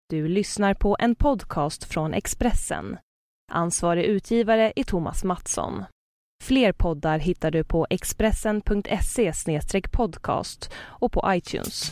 Du lyssnar på en podcast från Expressen. Ansvarig utgivare är Thomas Mattsson. Fler poddar hittar du på expressen.se/podcast och på iTunes.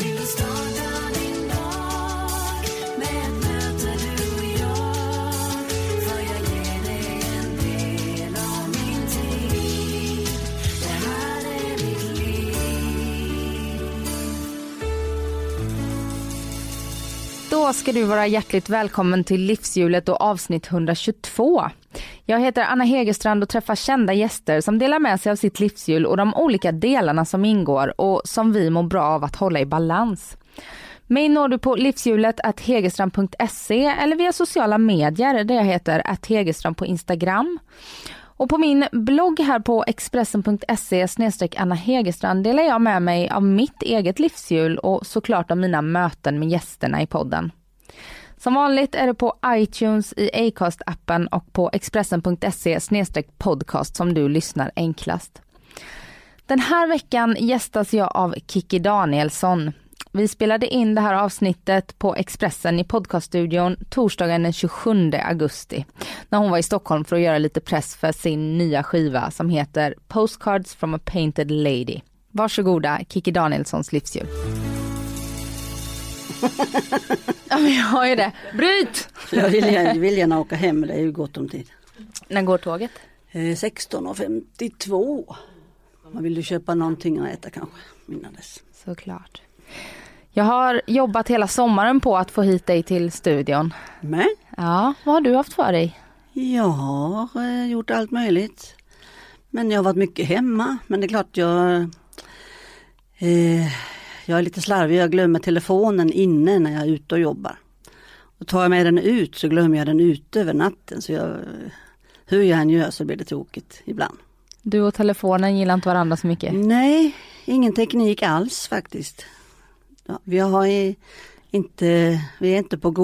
Då ska du vara hjärtligt välkommen till Livshjulet och avsnitt 122. Jag heter Anna Hegerstrand och träffar kända gäster som delar med sig av sitt livshjul och de olika delarna som ingår och som vi mår bra av att hålla i balans. Mig når du på livshjulet@hegerstrand.se eller via sociala medier där jag heter @hegerstrand på Instagram. Och på min blogg här på expressen.se/Anna Hegerstrand delar jag med mig av mitt eget livshjul och såklart av mina möten med gästerna i podden. Som vanligt är det på iTunes, i Acast-appen och på expressen.se/podcast som du lyssnar enklast. Den här veckan gästas jag av Kikki Danielsson. Vi spelade in det här avsnittet på Expressen i podcaststudion torsdagen den 27 augusti när hon var i Stockholm för att göra lite press för sin nya skiva som heter Postcards from a Painted Lady. Varsågoda, Kikki Danielssons livshjul. Ja, men jag har ju det. Bryt! Jag vill gärna åka hem, det är ju gott om tid. När går tåget? 16:52. Man vill ju köpa någonting att äta kanske innan dess. Såklart. Jag har jobbat hela sommaren på att få hit dig till studion. Men? Ja, vad har du haft för dig? Jag har gjort allt möjligt. Men jag har varit mycket hemma. Men det är klart jag är lite slarvig. Jag glömmer telefonen inne när jag är ute och jobbar. Och tar jag med den ut så glömmer jag den ute över natten. Så hur jag än gör så blir det tokigt ibland. Du och telefonen gillar inte varandra så mycket? Nej, ingen teknik alls faktiskt. Ja, vi är inte på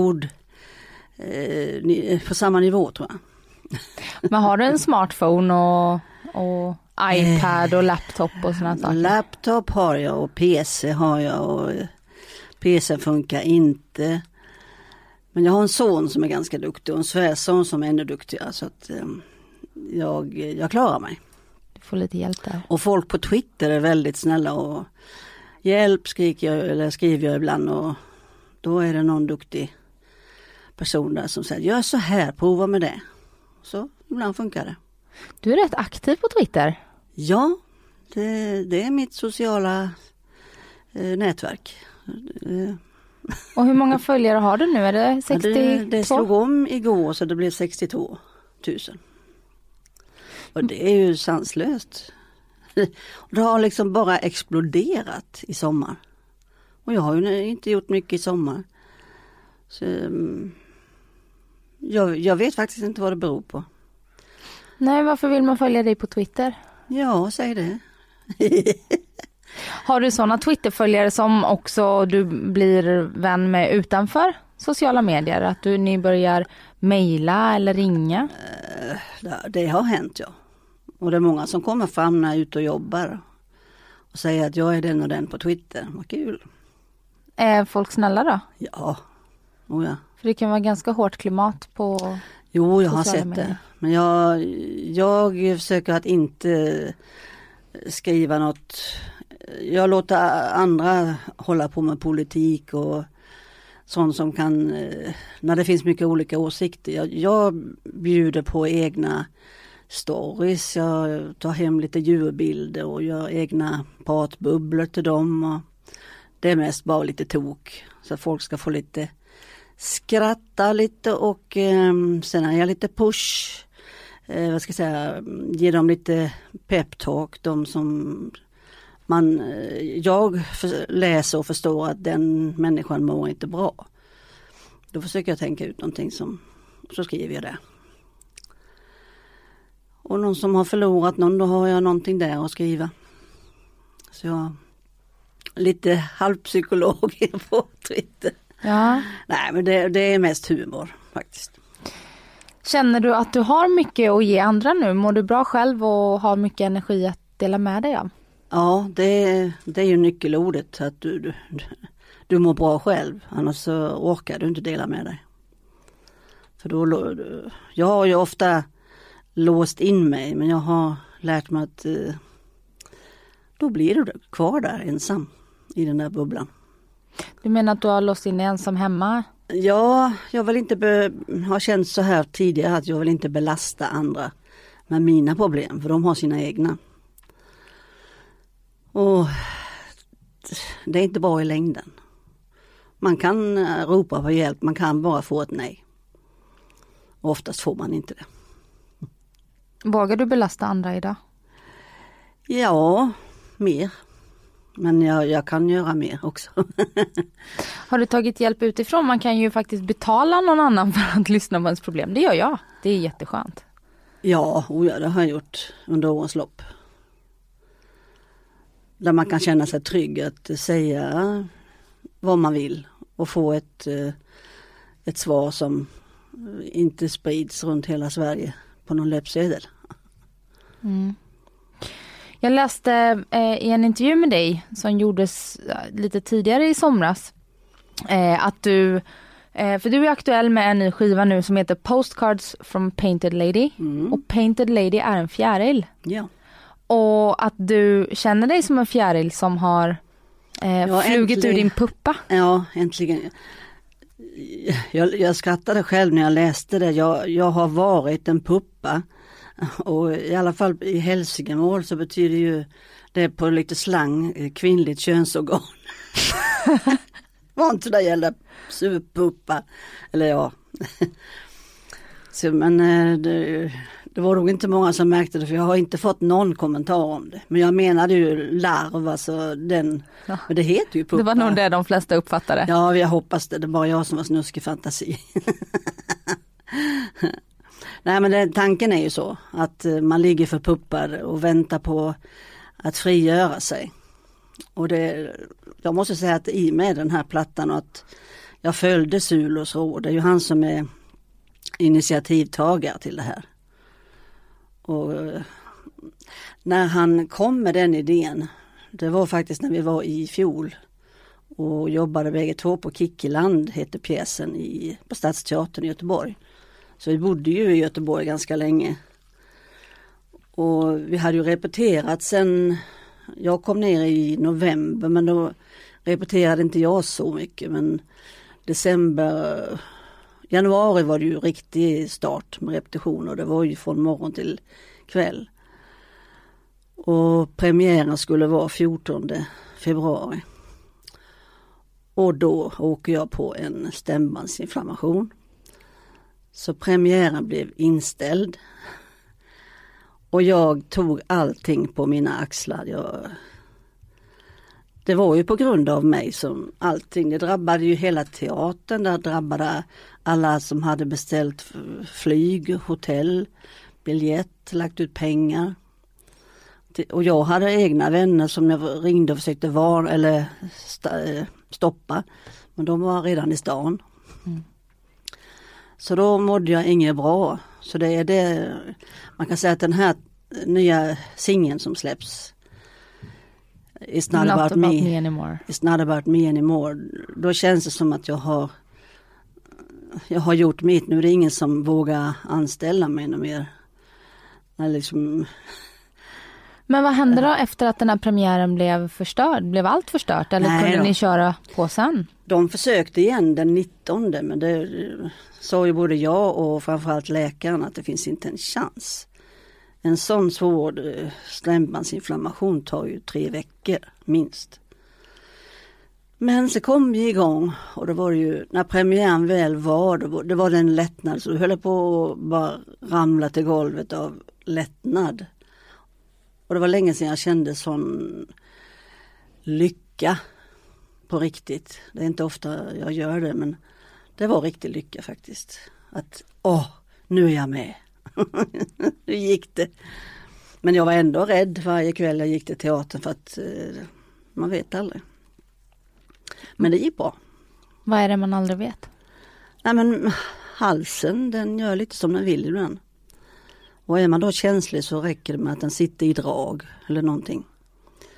på samma nivå tror jag. Men har du en smartphone och iPad och laptop och sådana saker? Laptop har jag och PC har jag och PC funkar inte. Men jag har en son som är ganska duktig och en svärson som är ännu duktigare så att jag klarar mig. Du får lite hjälp där. Och folk på Twitter är väldigt snälla och hjälp skriver jag ibland och då är det någon duktig person där som säger gör så här, prova med det. Så ibland funkar det. Du är rätt aktiv på Twitter. Ja, det är mitt sociala nätverk. Och hur många följare har du nu? Är det 62? Det slog om igår så det blev 62 000. Och det är ju sanslöst. Det har liksom bara exploderat i sommar. Och jag har ju inte gjort mycket i sommar. Så jag vet faktiskt inte vad det beror på. Nej, varför vill man följa dig på Twitter? Ja, säg det. Har du sådana Twitterföljare som också du blir vän med utanför sociala medier? Att ni börjar mejla eller ringa? Det har hänt, ja. Och det är många som kommer fram när jag är ute och jobbar och säger att jag är den och den på Twitter. Vad kul. Är folk snälla då? Ja. Oh, ja. För det kan vara ganska hårt klimat på Jo, jag har sett medier. det. Men jag försöker att inte skriva något. Jag låter andra hålla på med politik och sånt som kan, när det finns mycket olika åsikter. Jag bjuder på egna stories, jag tar hem lite djurbilder och gör egna pratbubblor till dem. Och det är mest bara lite tok så att folk ska få lite skratta lite och sen är jag lite push. Ge dem lite peptalk, de som jag läser och förstår att den människan mår inte bra. Då försöker jag tänka ut någonting så skriver jag det. Och någon som har förlorat någon, då har jag någonting där att skriva. Så jag lite halvpsykolog på Twitter. Ja. Nej, men det är mest humor faktiskt. Känner du att du har mycket att ge andra nu? Mår du bra själv och har mycket energi att dela med dig av? Ja, det är ju nyckelordet. Att du mår bra själv, annars så orkar du inte dela med dig. För då, jag har ju ofta låst in mig, men jag har lärt mig att då blir du kvar där ensam i den där bubblan. Du menar att du har låst in dig ensam hemma? Ja, jag vill inte har känt så här tidigare att jag vill inte belasta andra med mina problem, för de har sina egna. Och det är inte bra i längden. Man kan ropa på hjälp, man kan bara få ett nej. Och oftast får man inte det. Vågar du belasta andra idag? Ja, mer. Men jag kan göra mer också. Har du tagit hjälp utifrån? Man kan ju faktiskt betala någon annan för att lyssna på ens problem. Det gör jag. Det är jätteskönt. Ja, det har jag gjort under årens lopp. Där man kan känna sig trygg att säga vad man vill och få ett svar som inte sprids runt hela Sverige på någon löpsedel. Mm. Jag läste i en intervju med dig som gjordes lite tidigare i somras att du, för du är aktuell med en ny skiva nu som heter Postcards from Painted Lady. Och Painted Lady är en fjäril. Ja. Och att du känner dig som en fjäril som har flugit ur din puppa. Ja, äntligen. Jag skrattade själv när jag läste det. Jag har varit en puppa. Och i alla fall i hälsingemål så betyder ju det på lite slang kvinnligt könsorgan. Var inte det gällde superpuppa. Eller ja. Så, men det var nog inte många som märkte det, för jag har inte fått någon kommentar om det. Men jag menade ju larv, alltså den, ja. Men det heter ju puppa. Det var nog det de flesta uppfattade. Ja, jag hoppas det. Det var jag som var snuskig fantasi. Nej, men tanken är ju så att man ligger för puppar och väntar på att frigöra sig. Och jag måste säga att i med den här plattan och att jag följde Sulos råd. Det är ju han som är initiativtagare till det här. Och när han kom med den idén, det var faktiskt när vi var i fjol och jobbade bägge två på Kickiland, hette pjäsen på Stadsteatern i Göteborg. Så vi bodde ju i Göteborg ganska länge. Och vi hade ju repeterat sen jag kom ner i november, men då repeterade inte jag så mycket. Men januari var det ju riktig start med repetitioner. Det var ju från morgon till kväll. Och premiären skulle vara 14 februari. Och då åker jag på en stämbandsinflammation. Så premiären blev inställd. Och jag tog allting på mina axlar. Det var ju på grund av mig som allting. Det drabbade ju hela teatern. Det drabbade alla som hade beställt flyg, hotell, biljett, lagt ut pengar. Och jag hade egna vänner som jag ringde och försökte stoppa. Men de var redan i stan. Mm. Så då mådde jag inget bra. Så det är det, man kan säga att den här nya singeln som släpps, It's not about me anymore. It's not about me anymore. Då känns det som att jag har gjort mitt. Nu är det ingen som vågar anställa mig mer. Men vad hände då efter att den här premiären blev förstörd? Blev allt förstört eller kunde ni köra på sen? De försökte igen den 19, men det sa ju både jag och framförallt läkaren att det finns inte en chans. En sån svår stämbandsinflammation tar ju 3 veckor minst. Men så kom vi igång och då var det ju, när premiären väl var, det var den lättnad, så du höll på att bara ramla till golvet av lättnad. Och det var länge sedan jag kände sån lycka på riktigt. Det är inte ofta jag gör det, men det var riktig lycka faktiskt. Att, nu är jag med. Nu gick det. Men jag var ändå rädd varje kväll jag gick till teatern för att man vet aldrig. Men det gick bra. Vad är det man aldrig vet? Nej, men halsen, den gör lite som den vill ibland. Och är man då känslig så räcker det med att den sitter i drag eller någonting.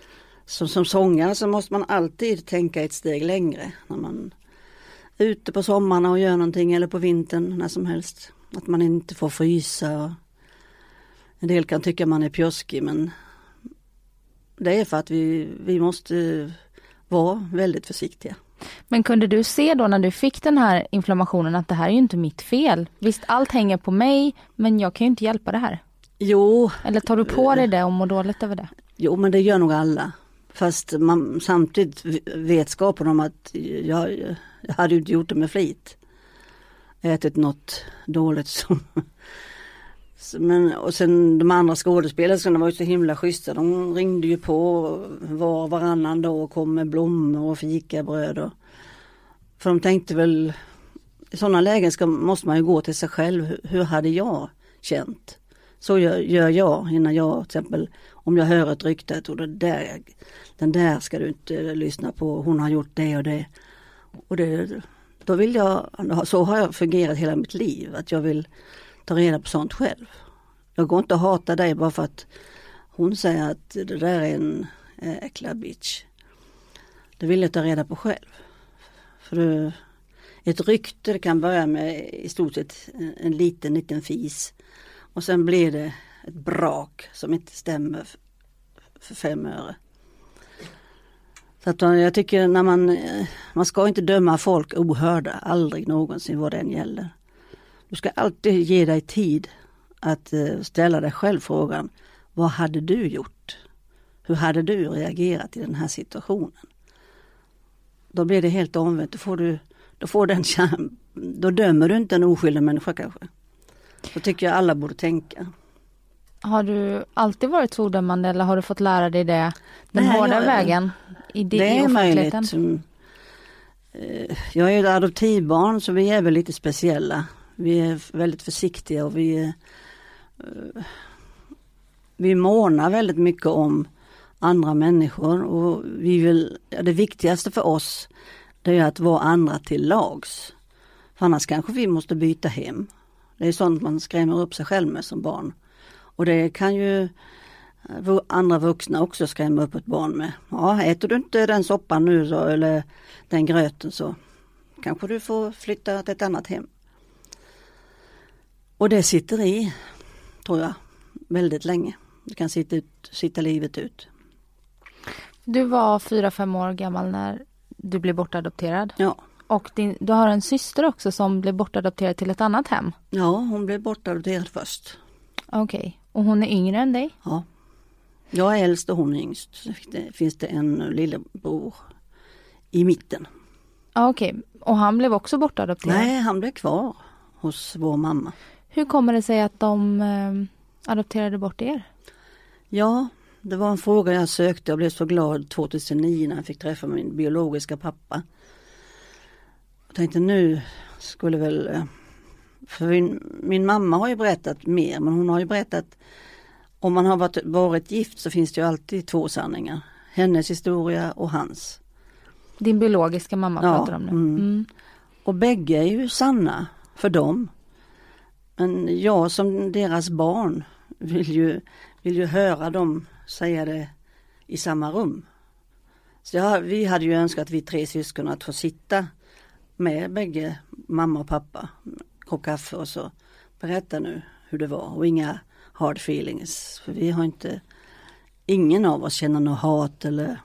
som sångare så måste man alltid tänka ett steg längre när man är ute på sommarna och gör någonting eller på vintern när som helst. Att man inte får frysa. En del kan tycka man är pjoskig, men det är för att vi måste vara väldigt försiktiga. Men kunde du se då när du fick den här inflammationen att det här är ju inte mitt fel? Visst, allt hänger på mig, men jag kan ju inte hjälpa det här. Jo. Eller tar du på dig det och mår dåligt över det? Jo, men det gör nog alla. Fast man samtidigt vetskapen om att jag hade ju inte gjort det med flit. Ätit något dåligt som... Men, och sen de andra skådespelerskorna var ju så himla schyssta. De ringde ju på varannan dag och kom med blommor och fikabröd. För de tänkte väl, i sådana lägen måste man ju gå till sig själv. Hur hade jag känt? Så gör jag innan jag, till exempel, om jag hör ett rykte och den där ska du inte lyssna på. Hon har gjort det och det. Och då vill jag, så har jag fungerat hela mitt liv. Att jag vill ta reda på sånt själv. Jag går inte att hata dig bara för att hon säger att det där är en äckla bitch. Det vill jag ta reda på själv. För ett rykte kan börja med i stort sett en liten fis. Och sen blir det ett brak som inte stämmer för 5 öre. Så att jag tycker när man ska inte döma folk ohörda, aldrig någonsin vad den gäller. Du ska alltid ge dig tid att ställa dig själv frågan, vad hade du gjort? Hur hade du reagerat i den här situationen? Då blir det helt omvänt. Då dömer du inte en oskyldig människa kanske. Så tycker jag alla borde tänka. Har du alltid varit så dömande eller har du fått lära dig det den hårda vägen? Det är möjligt. Jag är ett adoptivbarn så vi är väl lite speciella. Vi är väldigt försiktiga och vi månar väldigt mycket om andra människor och det viktigaste för oss det är att vara andra till lags. För annars kanske vi måste byta hem. Det är sånt man skrämmer upp sig själv med som barn. Och det kan ju andra vuxna också skrämma upp ett barn med. Ja, äter du inte den soppan nu så, eller den gröten så kanske du får flytta till ett annat hem. Och det sitter i, tror jag, väldigt länge. Det kan sitta livet ut. Du var 4-5 år gammal när du blev bortadopterad. Ja. Och du har en syster också som blev bortadopterad till ett annat hem. Ja, hon blev bortadopterad först. Okej. Och hon är yngre än dig? Ja. Jag är äldst och hon är yngst. Så finns det en lillebror i mitten. Okej. Och han blev också bortadopterad? Nej, han blev kvar hos vår mamma. Hur kommer det sig att de adopterade bort er? Ja, det var en fråga jag sökte. Jag blev så glad 2009 när jag fick träffa min biologiska pappa. Jag tänkte nu skulle väl... För min mamma har ju berättat mer, men hon har ju berättat... Om man har varit gift så finns det ju alltid 2 sanningar. Hennes historia och hans. Din biologiska mamma pratar om det. Mm. Och bägge är ju sanna för dem. Men jag som deras barn vill ju höra dem säga det i samma rum. Så vi hade ju önskat vi 3 syskon att få sitta med bägge mamma och pappa. Koka kaffe och så berätta nu hur det var. Och inga hard feelings. För vi har inte, ingen av oss känner något hat eller...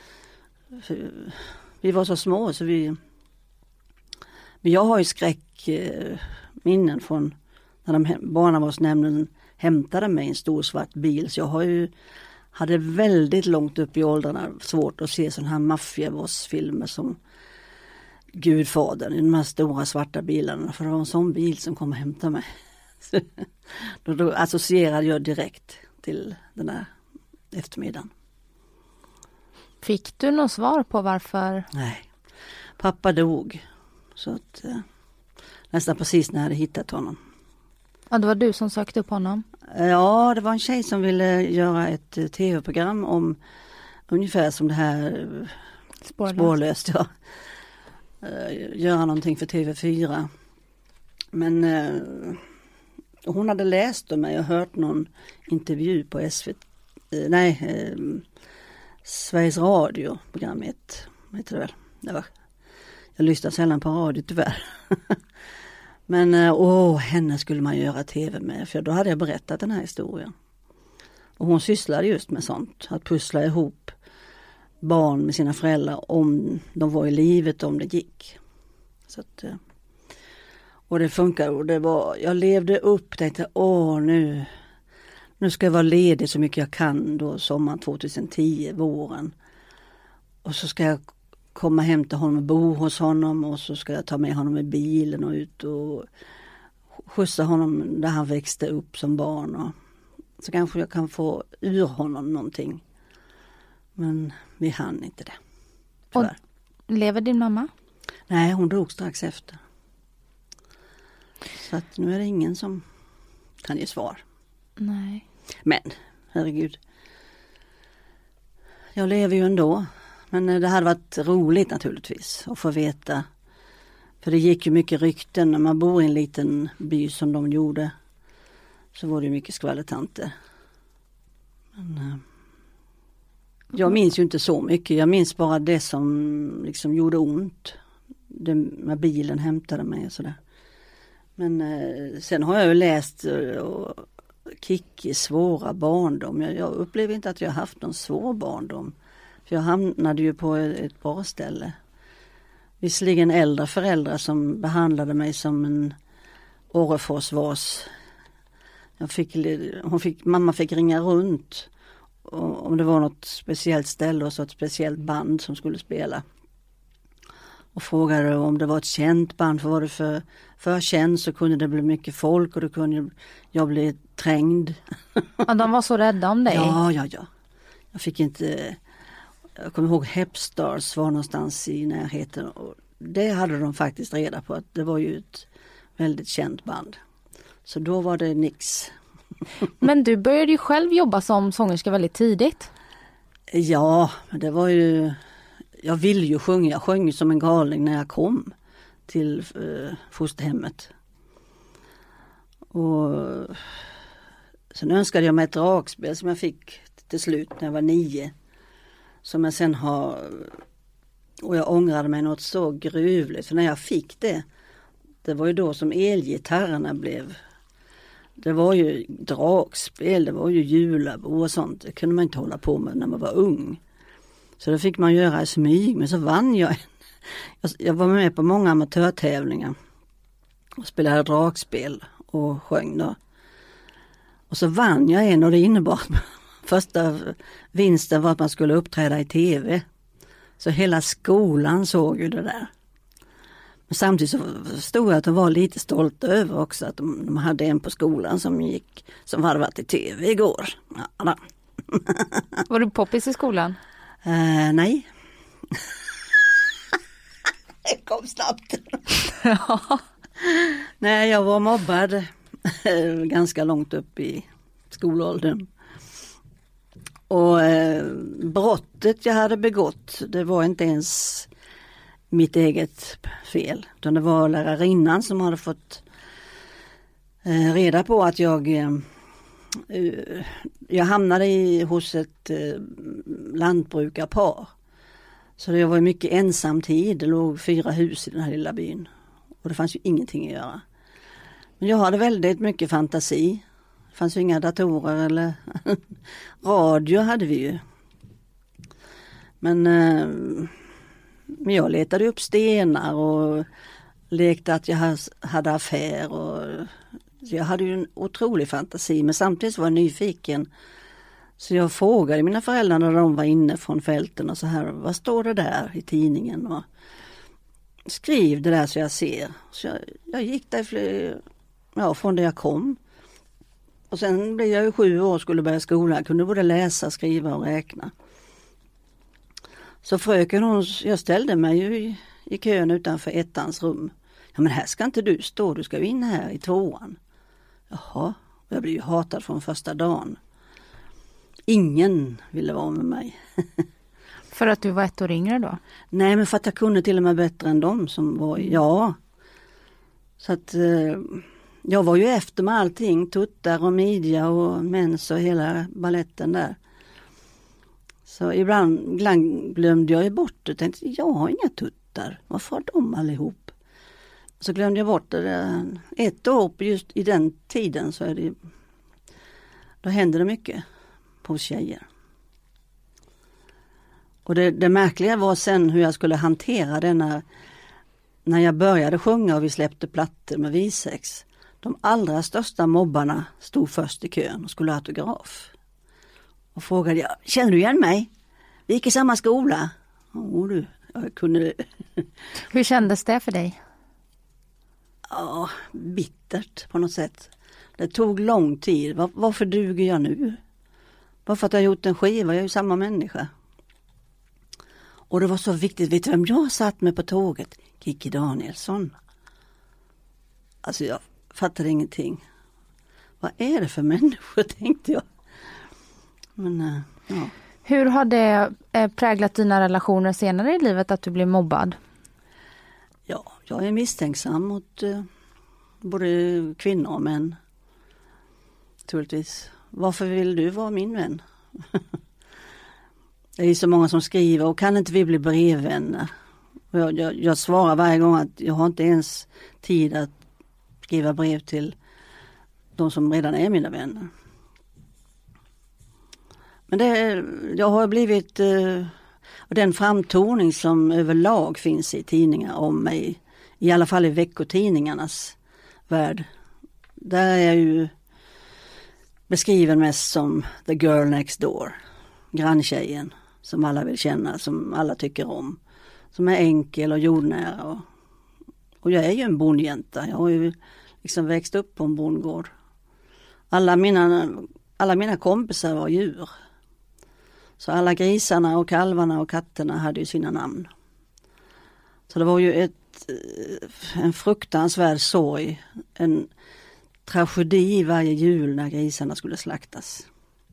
Vi var så små så men jag har ju skräckminnen från när barnavårdsnämnden hämtade mig i en stor svart bil. Så jag hade väldigt långt upp i åldrarna svårt att se sådana här maffiavårdsfilmer som Gudfadern i de här stora svarta bilarna. För det var en sån bil som kom och hämtade mig. Då associerade jag direkt till den här eftermiddagen. Fick du något svar på varför? Nej, pappa dog. Så att nästan precis när jag hade hittat honom. Ja, det var du som sökte upp honom? Ja, det var en tjej som ville göra ett tv-program om ungefär som det här spårlöst. Ja. Göra någonting för TV4. Men hon hade läst om mig och hört någon intervju på SVT. Sveriges Radio-programmet, heter det väl. Jag lyssnar sällan på radio tyvärr. Men henne skulle man göra tv med, för då hade jag berättat den här historien. Och hon sysslade just med sånt, att pussla ihop barn med sina föräldrar om de var i livet, om det gick. Så att, och det funkar, och jag levde upp, tänkte nu ska jag vara ledig så mycket jag kan då sommaren 2010, våren. Och så ska jag komma hem till honom och bo hos honom, och så ska jag ta med honom i bilen och ut och skjutsa honom där han växte upp som barn. Och så kanske jag kan få ur honom någonting. Men vi hann inte det. Och lever din mamma? Nej, hon dog strax efter. Så att nu är det ingen som kan ge svar. Nej. Men, herregud. Jag lever ju ändå. Men det hade varit roligt naturligtvis att få veta. För det gick ju mycket rykten när man bor i en liten by som de gjorde. Så var det mycket skvallertanter. Men jag minns ju inte så mycket. Jag minns bara det som liksom gjorde ont. När bilen hämtade mig och sådär. Men sen har jag ju läst Kickis svåra barndom. Jag upplever inte att jag har haft någon svår barndom. För jag hamnade ju på ett bra ställe. Visserligen äldre föräldrar som behandlade mig som en Orreforsvas. Mamma fick ringa runt om det var något speciellt ställe och så ett speciellt band som skulle spela. Och frågade om det var ett känt band, för var det för känt så kunde det bli mycket folk och då kunde jag bli trängd. Ja, de var så rädda om dig. Ja. Jag fick inte... Jag kommer ihåg Hepstars var någonstans i närheten, och det hade de faktiskt reda på att det var ju ett väldigt känt band. Så då var det nix. Men du började ju själv jobba som sångerska väldigt tidigt. Ja, det var ju... Jag ville ju sjunga. Jag sjöng som en galning när jag kom till fosterhemmet. Och sen önskade jag mig ett dragspel som jag fick till slut när jag var 9. Som jag sen har... Och jag ångrade mig något så gruvligt. För när jag fick det var ju då som elgitarrerna blev... Det var ju dragspel, det var ju julabo och sånt. Det kunde man inte hålla på med när man var ung. Så det fick man göra i smyg, men så vann jag. Jag var med på många amatörtävlingar och spelade dragspel och sjöng då. Och så vann jag en, och det innebar första vinsten var att man skulle uppträda i tv. Så hela skolan såg ju det där. Men samtidigt så stod jag att de var lite stolta över också att de hade en på skolan som hade varit i tv igår. Ja, var du poppis i skolan? Nej. Det kom snabbt. Nej, jag var mobbad ganska långt upp i skolåldern. Och brottet jag hade begått, det var inte ens mitt eget fel. Utan det var lärarinnan som hade fått reda på att jag hamnade hos ett lantbrukarpar. Så det var mycket ensamtid. Det låg 4 hus i den här lilla byn. Och det fanns ju ingenting att göra. Men jag hade väldigt mycket fantasi. Det fanns ju inga datorer eller radio hade vi ju. Men jag letade upp stenar och lekte att jag hade affär. Och jag hade ju en otrolig fantasi, men samtidigt var jag nyfiken. Så jag frågade mina föräldrar när de var inne från fälten och så här, vad står det där i tidningen? Och skriv det där så jag ser. Så jag gick där från där jag kom. Och sen blev jag ju 7 år och skulle börja skolan. Jag kunde både läsa, skriva och räkna. Så fröken jag ställde mig ju i kön utanför 1:ans rum. Ja, men här ska inte du stå, du ska ju in här i 2:an. Jaha, jag blev ju hatad från första dagen. Ingen ville vara med mig. För att du var 1 år yngre då? Nej, men för att jag kunde till och med bättre än dem som var, ja. Så att jag var ju efter med allting, tuttar och midja och mens och hela balletten där. Så ibland glömde jag ju bort det. Tänkte, jag har inga tuttar. Varför har de allihop? Så glömde jag bort det. Ett år just i den tiden så är det, då händer det mycket på tjejer. Och det märkliga var sen hur jag skulle hantera denna, när jag började sjunga och vi släppte plattor med V6. De allra största mobbarna stod först i kön och skulle ha autograf. Och frågade jag, känner du igen mig? Vi gick i samma skola. Du, jag kunde... Hur kändes det för dig? Ja, bittert på något sätt. Det tog lång tid. Varför duger jag nu? Varför att jag har gjort en skiva? Jag är ju samma människa. Och det var så viktigt. Vet du vem jag satt med på tåget? Kikki Danielsson. Alltså jag fattade ingenting. Vad är det för människor, tänkte jag. Men, ja. Hur har det präglat dina relationer senare i livet att du blev mobbad? Ja, jag är misstänksam mot både kvinnor och män. Naturligtvis. Varför vill du vara min vän? Det är så många som skriver, och kan inte vi bli brevvänner? Jag svarar varje gång att jag har inte ens tid att skriva brev till de som redan är mina vänner. Men jag har blivit, och den framtoning som överlag finns i tidningar om mig, i alla fall i veckotidningarnas värld, där är jag ju beskriven mest som the girl next door, granntjejen som alla vill känna, som alla tycker om, som är enkel och jordnära. Och jag är ju en bondjänta, jag har ju liksom växt upp på en bondgård. Alla mina kompisar var djur. Så alla grisarna och kalvarna och katterna hade ju sina namn. Så det var ju en fruktansvärd sorg, en tragedi varje jul när grisarna skulle slaktas.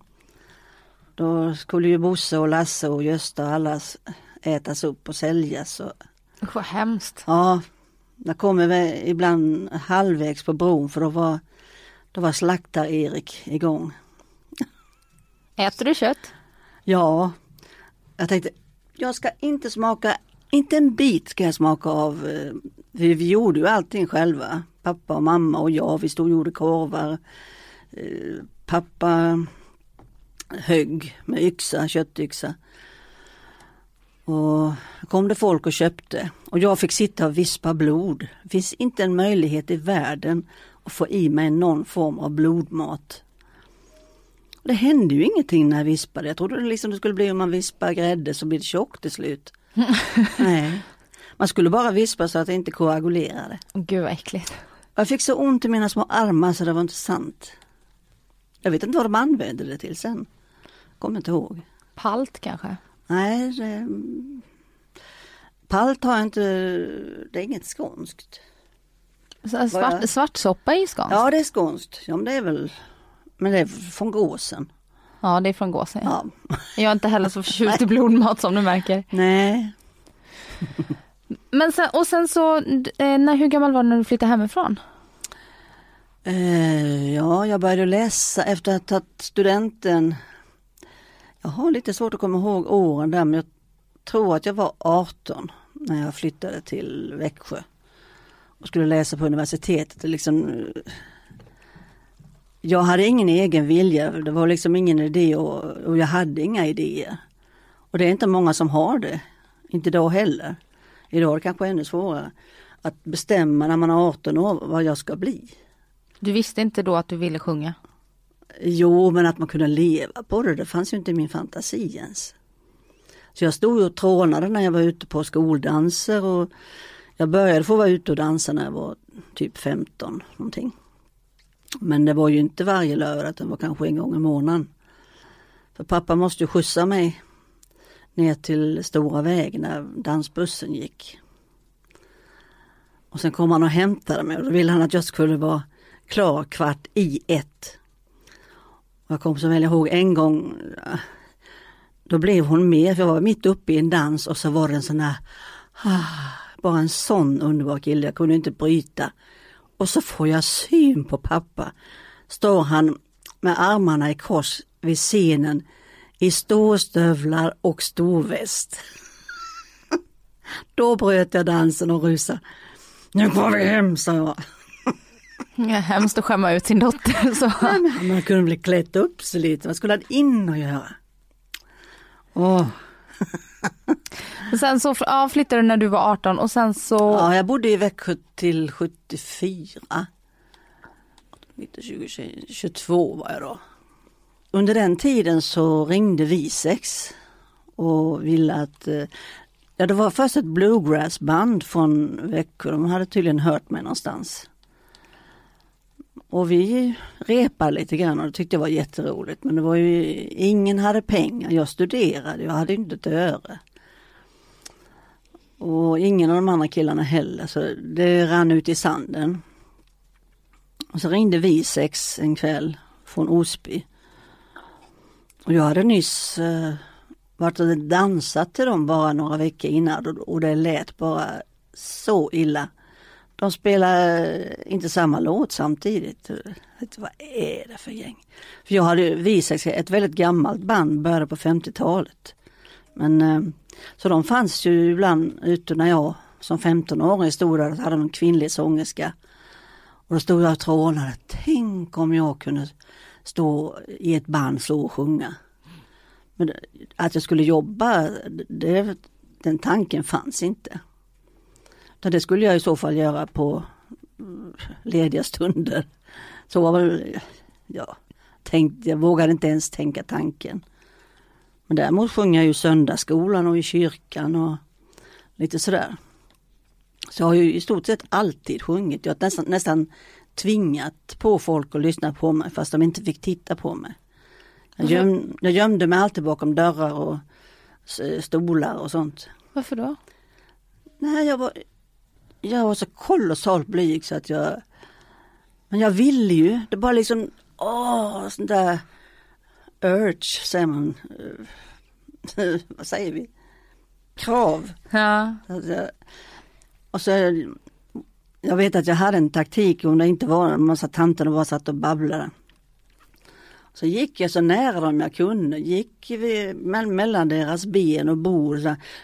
Då skulle ju Bosse och Lasse och Gösta och alla ätas upp och säljas. Vad hemskt. Ja, där kommer vi ibland halvvägs på bron, för då var slaktar-Erik igång. Äter du kött? Ja, jag tänkte, jag ska inte smaka, inte en bit ska jag smaka av. Vi gjorde ju allting själva. Pappa och mamma och jag, vi stod och gjorde korvar. Pappa högg med yxa, köttyxa. Och kom det folk och köpte. Och jag fick sitta och vispa blod. Det finns inte en möjlighet i världen att få i mig någon form av blodmat. Det hände ju ingenting när jag vispade. Jag trodde liksom det skulle bli, om man vispar grädde så blir det tjockt till slut. Nej. Man skulle bara vispa så att det inte koagulerade. Gud vad äckligt. Jag fick så ont i mina små armar så det var inte sant. Jag vet inte vad de använde det till sen. Kommer inte ihåg. Palt kanske? Nej, palt har jag inte, det är inget skånskt. Svartsoppa är ju skånskt. Ja, det är skånskt. Ja, men det är väl, men det är från Gåsen. Ja, det är från Gåsen. Ja. Jag är inte heller så förtjust i blodmat som du märker. Nej. Men sen så, hur gammal var du när du flyttade hemifrån? Ja, jag började läsa efter att ha tagit studenten. Jag har lite svårt att komma ihåg åren där, men jag tror att jag var 18 när jag flyttade till Växjö och skulle läsa på universitetet. Jag hade ingen egen vilja, det var liksom ingen idé och jag hade inga idéer. Och det är inte många som har det, inte då heller. Idag är det kanske ännu svårare att bestämma när man är 18 år vad jag ska bli. Du visste inte då att du ville sjunga? Jo, men att man kunde leva på det fanns ju inte i min fantasi ens. Så jag stod och trånade när jag var ute på skoldanser, och jag började få vara ute och dansa när jag var typ 15 någonting. Men det var ju inte varje lördag, det var kanske en gång i månaden. För pappa måste ju skjutsa mig ner till Stora väg när dansbussen gick. Och sen kom han och hämtade mig och då ville han att jag skulle vara klar 1:15. Och jag kommer så väl ihåg en gång, då blev hon med, för jag var mitt uppe i en dans och så var det en sån här, bara en sån underbar kille, jag kunde inte bryta. Och så får jag syn på pappa. Står han med armarna i kors vid scenen i storstövlar och storväst. Då bröt jag dansen och rusade. Nu går vi hem, sa jag. Ja, hemskt att skämma ut sin dotter. Så. Ja, men man kunde bli klätt upp sig lite. Vad skulle han in och göra? Sen så flyttade du när du var 18 och sen så... Ja, jag bodde i Växjö till 74. 22 var jag då. Under den tiden så ringde Visex och ville att... Ja, det var först ett bluegrassband från Växjö. De hade tydligen hört mig någonstans. Och vi repade lite grann och det tyckte jag var jätteroligt. Men det var ju, ingen hade pengar. Jag studerade, jag hade inte ett öre. Och ingen av de andra killarna heller. Så det rann ut i sanden. Och så ringde Visex en kväll från Osby. Och jag hade nyss varit och dansat till dem bara några veckor innan. Och det lät bara så illa. De spelade inte samma låt samtidigt. Vad är det för gäng? För jag hade Visex, ett väldigt gammalt band, började på 50-talet. Men så de fanns ju ibland ute när jag som 15-åring stod där och hade en kvinnlig sångerska. Och då stod jag och trånade. Tänk om jag kunde stå i ett band så och sjunga. Men att jag skulle jobba, den tanken fanns inte. Det skulle jag i så fall göra på lediga stunder. Så var väl, jag vågade inte ens tänka tanken. Men däremot sjunger jag ju söndagsskolan och i kyrkan och lite sådär. Så jag har ju i stort sett alltid sjungit. Jag har nästan tvingat på folk att lyssna på mig fast de inte fick titta på mig. Jag gömde mig alltid bakom dörrar och stolar och sånt. Varför då? Nej, jag var så kolossalt blyg så att men jag ville ju, det bara liksom, sån där urge, säger man, vad säger vi? Krav. Ja. Och så, jag vet att jag hade en taktik om det inte var en massa tanter och bara satt och babblade. Så gick jag så nära dem jag kunde. Gick mellan deras ben och bord.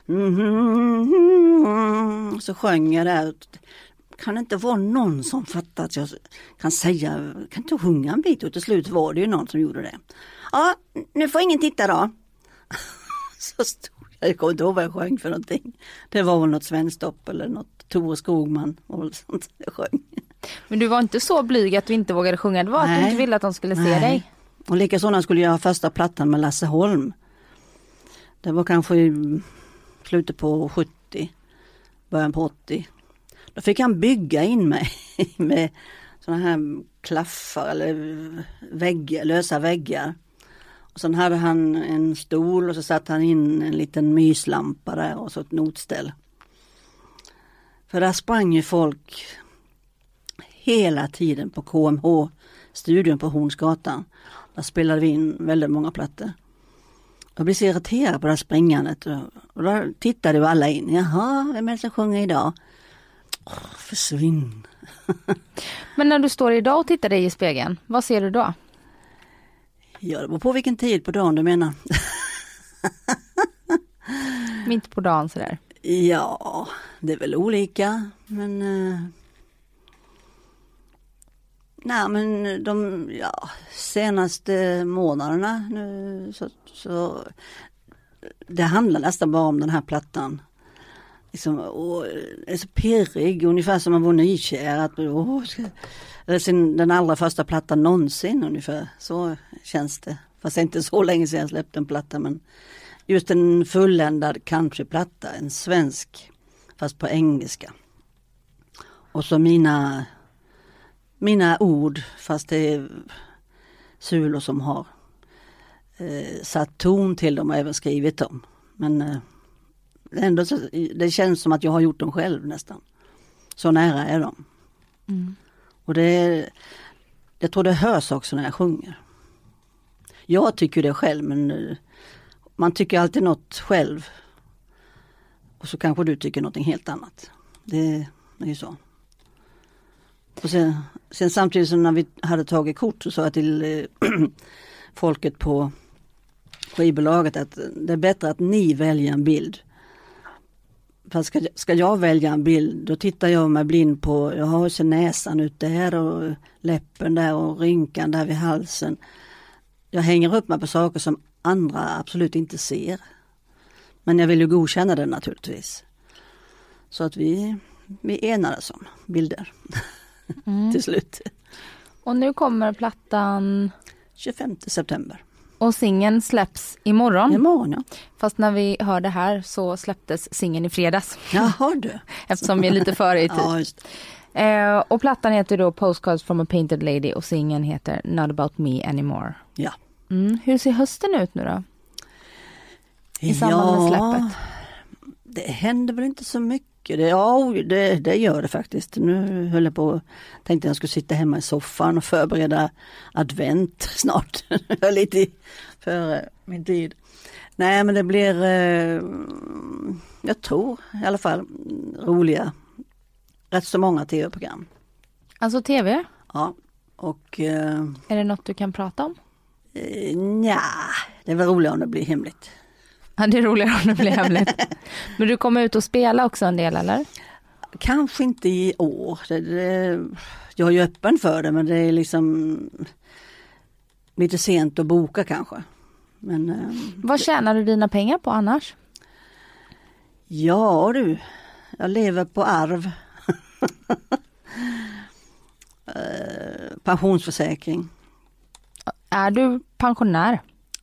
Så sjöng jag där. Kan det inte vara någon som fattar att jag kan säga, kan inte sjunga en bit? Och till slut var det ju någon som gjorde det. Ja, nu får ingen titta då. Så stod jag kommer inte ihåg vad jag sjöng för någonting. Det var väl något Svenstopp eller något Tore Skogman och sånt jag sjöng. Men du var inte så blyg att du inte vågade sjunga. Det var att du inte ville att de skulle se dig. Och likaså skulle jag ha första plattan med Lasse Holm. Det var kanske i slutet på 70, början på 80. Då fick han bygga in mig med såna här klaffar eller lösa väggar. Och sen hade han en stol och så satt han in en liten myslampa där och så ett notställ. För där sprang ju folk hela tiden på KMH-studion på Hornsgatan. Där spelade vi in väldigt många plattor. Jag blev så irriterad på det här springandet. Och då tittade ju alla in. Jaha, vem är det som sjunger idag? Försvinn. Men när du står idag och tittar dig i spegeln, vad ser du då? Ja, det beror på vilken tid på dagen du menar. Mitt på dagen sådär. Ja, det är väl olika. Men... Nej, men de senaste månaderna nu så det handlar nästan bara om den här plattan. Liksom, och är så pirrig, ungefär som man var nykär. Att, den allra första plattan någonsin ungefär. Så känns det. Fast det är inte så länge sedan jag släppte en platta. Men just en fulländad countryplatta. En svensk, fast på engelska. Och så mina ord, fast det är sulor som har satt ton till dem och även skrivit dem. Men ändå så, det känns som att jag har gjort dem själv nästan. Så nära är de. Mm. Och jag tror det hörs också när jag sjunger. Jag tycker det själv, men man tycker alltid något själv. Och så kanske du tycker något helt annat. Det är ju så. Och sen samtidigt som när vi hade tagit kort så sa jag till folket på skivbolaget att det är bättre att ni väljer en bild. För ska jag välja en bild, då tittar jag mig blind på, jag har så näsan ut där och läppen där och rynkan där vid halsen. Jag hänger upp mig på saker som andra absolut inte ser. Men jag vill ju godkänna det naturligtvis. Så att vi enades om bilder till slut. Och nu kommer plattan 25 september. och singeln släpps imorgon. Imorgon, ja. Fast när vi hör det här så släpptes singeln i fredags. Jaha du. Eftersom vi är lite före i tid. Ja, just. Och plattan heter då Postcards from a Painted Lady och singeln heter Not About Me Anymore. Ja. Hur ser hösten ut nu då? I samband med släppet. Det händer väl inte så mycket. Det gör det faktiskt. Nu höll jag på, tänkte jag skulle sitta hemma i soffan och förbereda advent snart. Jag är lite före min tid. Nej, men det blir, jag tror i alla fall, roliga, rätt så många tv-program. Alltså tv? Ja, och... Är det något du kan prata om? Nja, det är väl roligare om det blir hemligt. Ja, det är roligare om det blir hemligt. Men du kommer ut och spela också en del, eller? Kanske inte i år. Jag är ju öppen för det, men det är liksom lite sent att boka kanske. Men, vad tjänar du dina pengar på annars? Ja du, jag lever på arv. Pensionsförsäkring. Är du pensionär?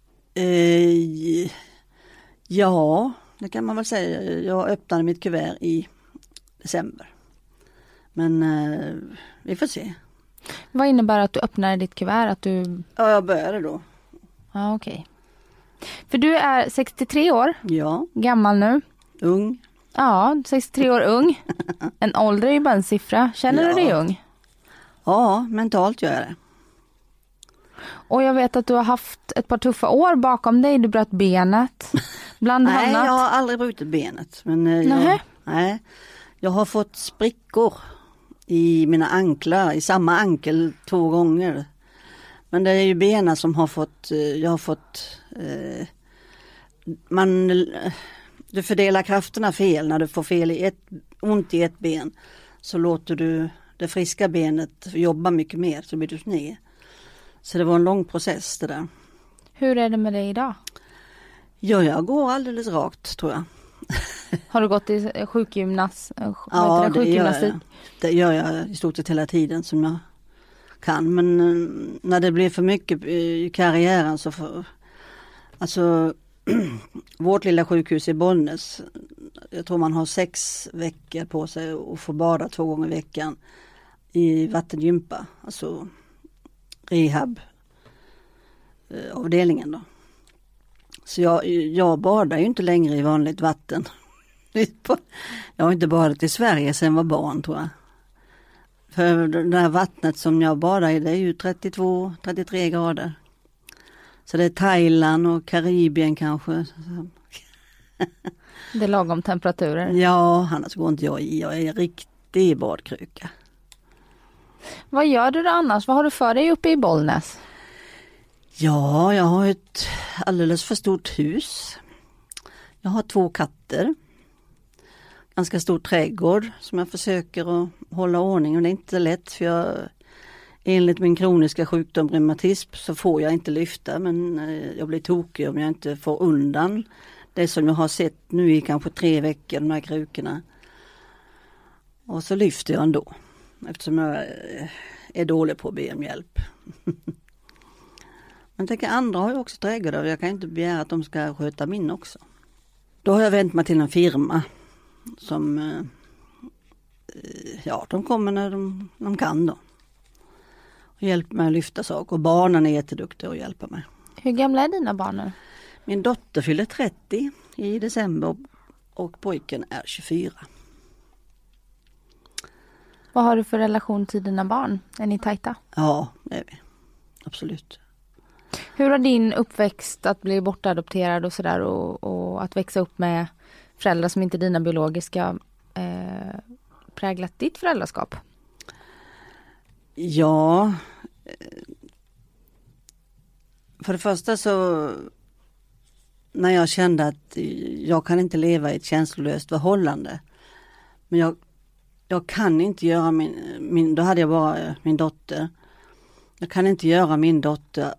Ja, det kan man väl säga. Jag öppnade mitt kuvert i december. Men vi får se. Vad innebär att du öppnar ditt kuvert? Att du... Ja, jag började då. Ja, okej. För du är 63 år. Ja. Gammal nu. Ung. Ja, 63 år ung. En ålder är ju bara en siffra. Känner du dig ung? Ja, mentalt gör jag det. Och jag vet att du har haft ett par tuffa år bakom dig. Du bröt benet. Bland annat. Nej, jag har aldrig brutit benet. Men jag har fått sprickor i mina anklar. I samma ankel 2 gånger. Men det är ju benen som har fått... Jag har fått... du fördelar krafterna fel. När du får ont i ett ben så låter du det friska benet jobba mycket mer. Så blir du sned. Så det var en lång process det där. Hur är det med dig idag? Ja, jag går alldeles rakt tror jag. Har du gått i sjukgymnastik? Ja, det gör jag i stort sett hela tiden som jag kan. Men när det blir för mycket i karriären så alltså vårt lilla sjukhus i Bollnäs, jag tror man har 6 veckor på sig att få bada 2 gånger i veckan i vattengympa, alltså rehab avdelningen då. Så jag badar ju inte längre i vanligt vatten. Jag har inte badat i Sverige sedan jag var barn tror jag. För det här vattnet som jag badar i det är ju 32-33 grader. Så det är Thailand och Karibien kanske. Det är lagom temperaturer. Ja, annars går inte jag i. Jag är en riktig badkruka. Vad gör du då annars? Vad har du för dig uppe i Bollnäs? Ja, jag har ett alldeles för stort hus. Jag har 2 katter. Ganska stor trädgård som jag försöker att hålla ordning. Och det är inte lätt för enligt min kroniska sjukdom reumatism så får jag inte lyfta. Men jag blir tokig om jag inte får undan det som jag har sett nu i kanske 3 veckor, de här krukorna. Och så lyfter jag ändå. Eftersom jag är dålig på att be om hjälp. Men tänker andra har ju också trädgårdar och jag kan inte begära att de ska sköta min också. Då har jag vänt mig till en firma som, de kommer när de kan då. Och hjälper mig att lyfta saker. Och barnen är jätteduktiga att hjälpa mig. Hur gamla är dina barn nu? Min dotter fyller 30 i december och pojken är 24. Vad har du för relation till dina barn? Är ni tajta? Ja, det är vi. Absolut. Hur har din uppväxt att bli bortadopterad och sådär och att växa upp med föräldrar som inte är dina biologiska präglat ditt föräldraskap? Ja, för det första så när jag kände att jag kan inte leva i ett känslolöst förhållande. Men jag kan inte göra då hade jag bara min dotter. Jag kan inte göra min dotter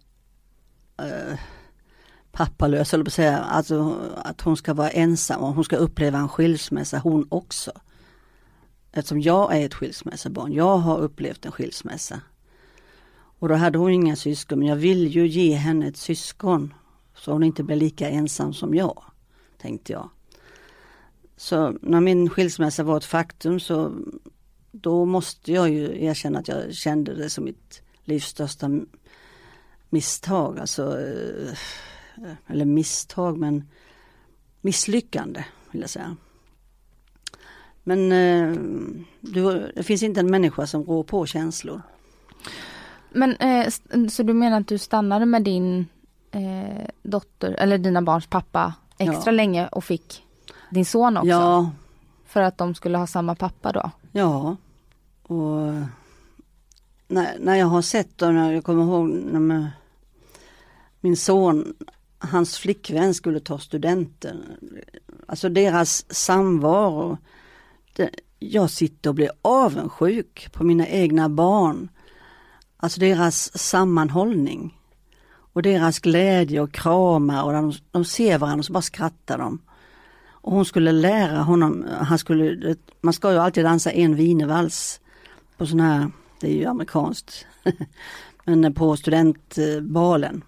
pappalös, eller på att säga, alltså att hon ska vara ensam och hon ska uppleva en skilsmässa hon också. Eftersom jag är ett skilsmässobarn, jag har upplevt en skilsmässa. Och då hade hon inga syskon, men jag vill ju ge henne ett syskon så hon inte blir lika ensam som jag, tänkte jag. Så när min skilsmässa var ett faktum så då måste jag ju erkänna att jag kände det som mitt livs största misstag. Alltså, eller misstag, men misslyckande vill jag säga. Men det finns inte en människa som rår på känslor. Men så du menar att du stannade med din dotter eller dina barns pappa extra länge och fick din son också? Ja. För att de skulle ha samma pappa då? Ja. Och när jag har sett då, när jag kommer ihåg när min son, hans flickvän skulle ta studenten. Alltså deras samvaro. Jag sitter och blir avundsjuk på mina egna barn. Alltså deras sammanhållning. Och deras glädje och kramar. Och de ser varandra och så bara skrattar de. Och hon skulle lära honom. Man ska ju alltid dansa en wienervals på sån här, det är ju amerikanskt. Men på studentbalen.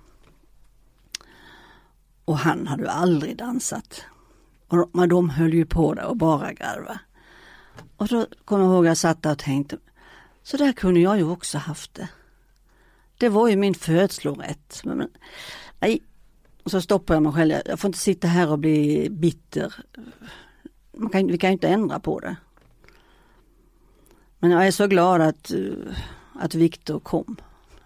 Och han hade ju aldrig dansat. Och de höll ju på där och bara garva. Och då kommer jag ihåg att jag satt där och tänkte, så där kunde jag ju också haft det. Det var ju min födslorätt. Men nej, och så stoppar jag mig själv. Jag får inte sitta här och bli bitter. Vi kan ju inte ändra på det. Men jag är så glad att Viktor kom.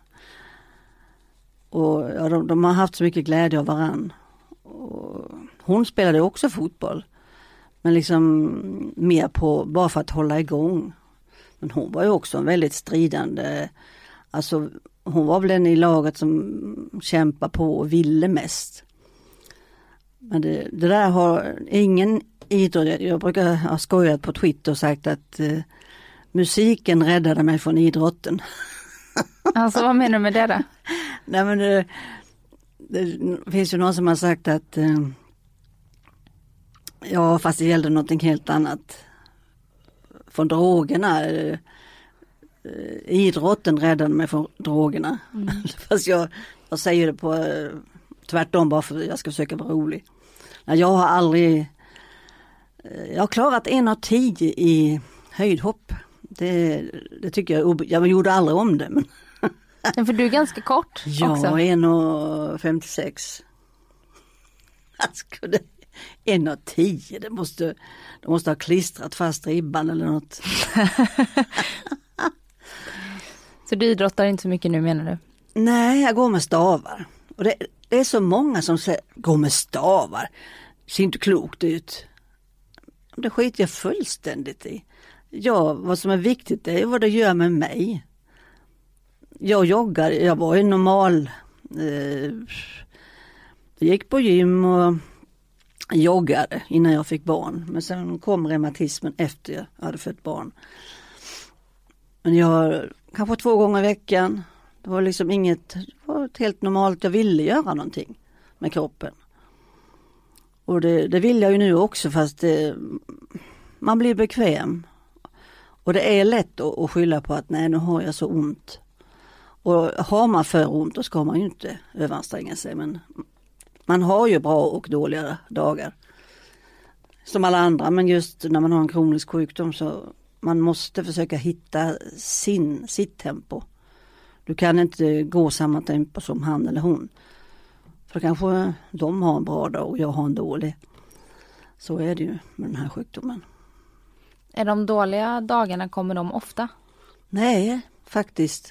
Och ja, de har haft så mycket glädje av varann. Och hon spelade också fotboll. Men liksom mer på bara för att hålla igång. Men hon var ju också en väldigt stridande. Alltså hon var väl den i laget som kämpade på och ville mest. Men det där har ingen idrott. Jag brukar ha skojat på Twitter och sagt att musiken räddade mig från idrotten. Alltså vad menar du med det då? Nej, men det finns ju någon som har sagt att ja, fast det gällde någonting helt annat. Från drogerna. Idrotten räddade mig från drogerna. Fast jag säger det på tvärtom bara för att jag ska försöka vara rolig. Jag har klarat 1 av 10 i höjdhopp. Det tycker jag gjorde aldrig om det. Men för du är ganska kort också. Ja, 1,56. Alltså, 1 av 10, de måste ha klistrat fast ribban eller något. Så du idrottar inte så mycket nu, menar du? Nej, jag går med stavar. Och det är så många som säger, gå med stavar. Det ser inte klokt ut. Det skiter jag fullständigt i. Ja, vad som är viktigt är vad det gör med mig. Jag joggar, jag var ju normal. Jag gick på gym och joggade innan jag fick barn. Men sen kom reumatismen efter jag hade fött barn. Men jag kanske 2 gånger i veckan. Det var liksom det var helt normalt. Jag ville göra någonting med kroppen. Och det vill jag ju nu också, fast man blir bekväm. Och det är lätt att skylla på att nej, nu har jag så ont. Och har man för ont, då ska man ju inte överanstränga sig. Men man har ju bra och dåliga dagar. Som alla andra, men just när man har en kronisk sjukdom så man måste försöka hitta sitt tempo. Du kan inte gå samma tempo som han eller hon. För kanske de har en bra dag och jag har en dålig. Så är det ju med den här sjukdomen. Är de dåliga dagarna, kommer de ofta? Nej, faktiskt.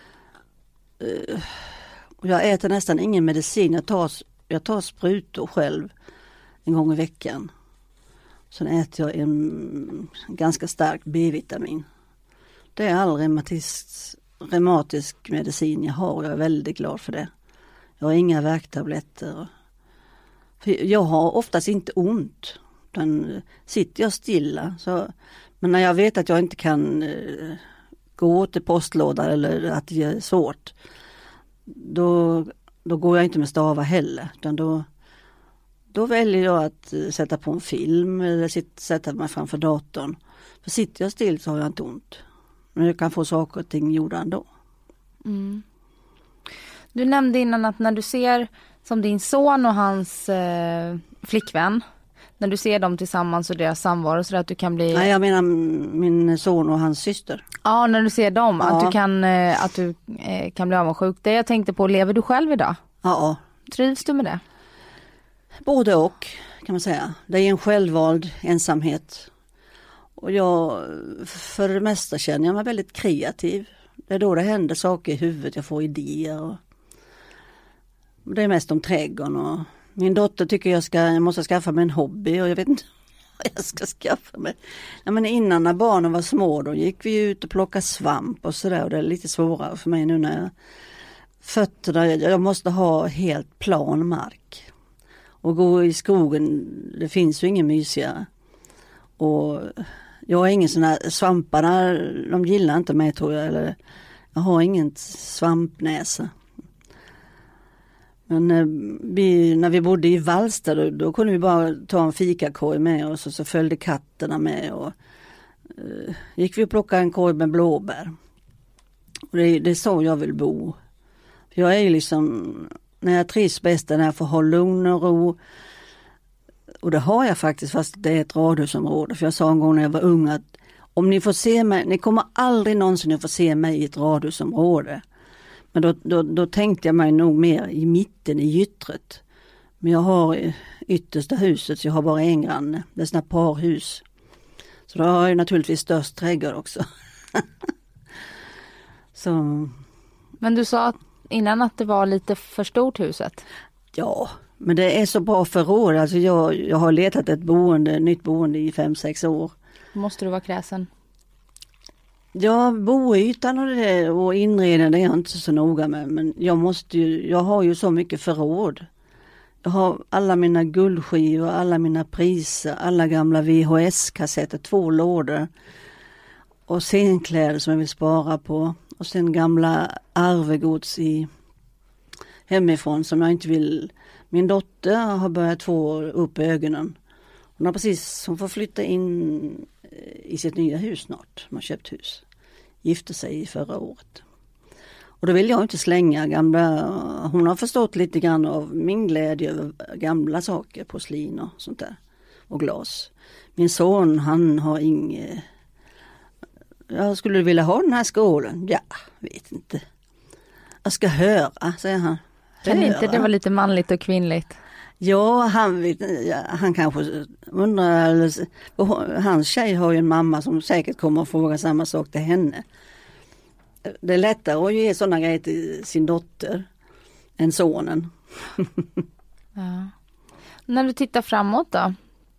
Jag äter nästan ingen medicin. Jag tar sprutor själv 1 gång i veckan. Sen äter jag en ganska stark B-vitamin. Det är all reumatisk medicin jag har och jag är väldigt glad för det. Jag har inga värktabletter. För jag har oftast inte ont. Utan sitter jag stilla. Men när jag vet att jag inte kan gå till postlådan eller att det är svårt. Då går jag inte med stavar heller. Utan då väljer jag att sätta på en film eller sätta mig framför datorn. För sitter jag still så har jag inte ont. Men jag kan få saker och ting gjorda ändå. Mm. Du nämnde innan att när du ser som din son och hans flickvän, när du ser dem tillsammans och deras samvaro så att du kan bli... Nej, jag menar min son och hans syster. Ja, när du ser dem, att du kan bli avundsjuk. Det jag tänkte på, lever du själv idag? Ja. Trivs du med det? Både och kan man säga. Det är en självvald ensamhet. Och för det mesta känner jag mig väldigt kreativ. Det är då det händer saker i huvudet, jag får idéer. Och det är mest om trädgården. Och min dotter tycker jag måste skaffa mig en hobby och jag vet inte vad jag ska skaffa mig. Ja, men innan när barnen var små då gick vi ut och plockade svamp och sådär. Och det är lite svårare för mig nu när jag måste ha helt plan mark. Och gå i skogen, det finns ju ingen mysigare. Och jag har ingen sån här svamparna, de gillar inte mig tror jag. Eller jag har ingen svampnäsa. Men när vi bodde i Vallsta då kunde vi bara ta en fikakorg med oss och så följde katterna med. Och gick vi och plockade en korg med blåbär. Och det är så jag vill bo. För jag är ju liksom... När jag trivs bäst när jag får ha lugn och ro. Och det har jag faktiskt fast det är ett radhusområde. För jag sa en gång när jag var ung att om ni får se mig, ni kommer aldrig någonsin att få se mig i ett radhusområde. Men då tänkte jag mig nog mer i mitten, i gyttret. Men jag har yttersta huset så jag har bara en granne. Det är sådana parhus. Så då har jag naturligtvis störst trädgård också. Så. Men du sa innan att det var lite för stort huset. Ja, men det är så bra förråd. Alltså jag har letat ett nytt boende i 5-6 år. Måste du vara kräsen? Ja, boytan och inredningen är jag inte så noga med. Men jag har ju så mycket förråd. Jag har alla mina guldskivor, alla mina priser, alla gamla VHS-kassetter, 2 lådor. Och scenkläder som jag vill spara på. Och sen gamla arvegods hemifrån som jag inte vill. Min dotter har börjat få upp ögonen. Hon får flytta in i sitt nya hus snart. Hon har köpt hus. Gifte sig förra året. Och då vill jag inte slänga gamla. Hon har förstått lite grann av min glädje över gamla saker. Porslin och sånt där. Och glas. Min son han har inget. Jag skulle vilja ha den här skålen. Ja, vet inte. Jag ska höra, säger han. Kan inte det var lite manligt och kvinnligt? Ja, han kanske undrar. Hans tjej har ju en mamma som säkert kommer att fråga samma sak till henne. Det är lättare att ge sådana grejer till sin dotter än sonen. Ja. När du tittar framåt då?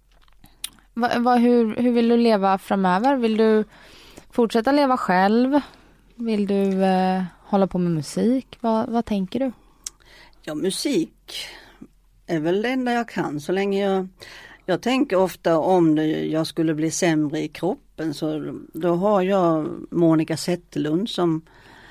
Hur vill du leva framöver? Vill du fortsätta leva själv? Vill du hålla på med musik? Vad tänker du? Ja, musik är väl det enda jag kan. Så länge jag tänker ofta om jag skulle bli sämre i kroppen så då har jag Monica Zetterlund som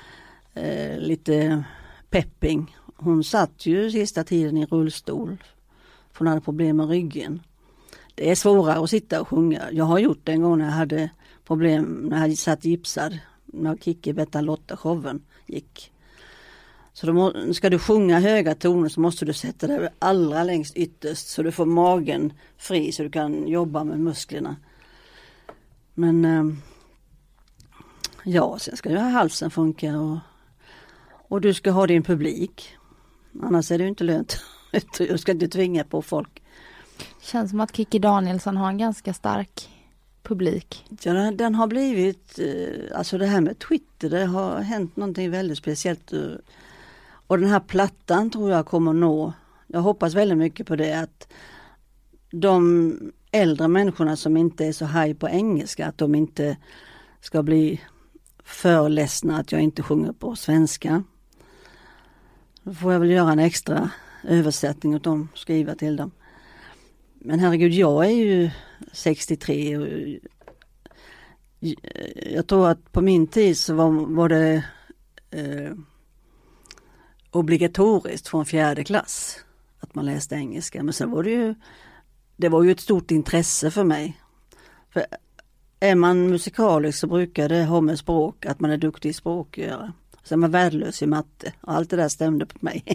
lite pepping. Hon satt ju sista tiden i rullstol för hon hade problem med ryggen. Det är svårare att sitta och sjunga. Jag har gjort det en gång när jag hade problem när jag satt gipsad när Kikki Betta Lotta-showen gick. Så då ska du sjunga höga toner så måste du sätta dig allra längst ytterst så du får magen fri så du kan jobba med musklerna. Men ja, sen ska ju halsen funka och du ska ha din publik. Annars är det ju inte lönt. Du ska inte tvinga på folk. Känns som att Kikki Danielsson har en ganska stark publik. Ja, den har blivit, alltså det här med Twitter, det har hänt någonting väldigt speciellt. Och den här plattan tror jag kommer nå, jag hoppas väldigt mycket på det, att de äldre människorna som inte är så high på engelska, att de inte ska bli för ledsna att jag inte sjunger på svenska. Då får jag väl göra en extra översättning och de skriva till dem. Men herregud, jag är ju 63 och jag tror att på min tid så var det obligatoriskt från 4:e klass att man läste engelska. Men sen var det var ju ett stort intresse för mig. För är man musikalisk så brukar det ha med språk, att man är duktig i språk att göra. Sen är man värdelös i matte och allt det där stämde på mig.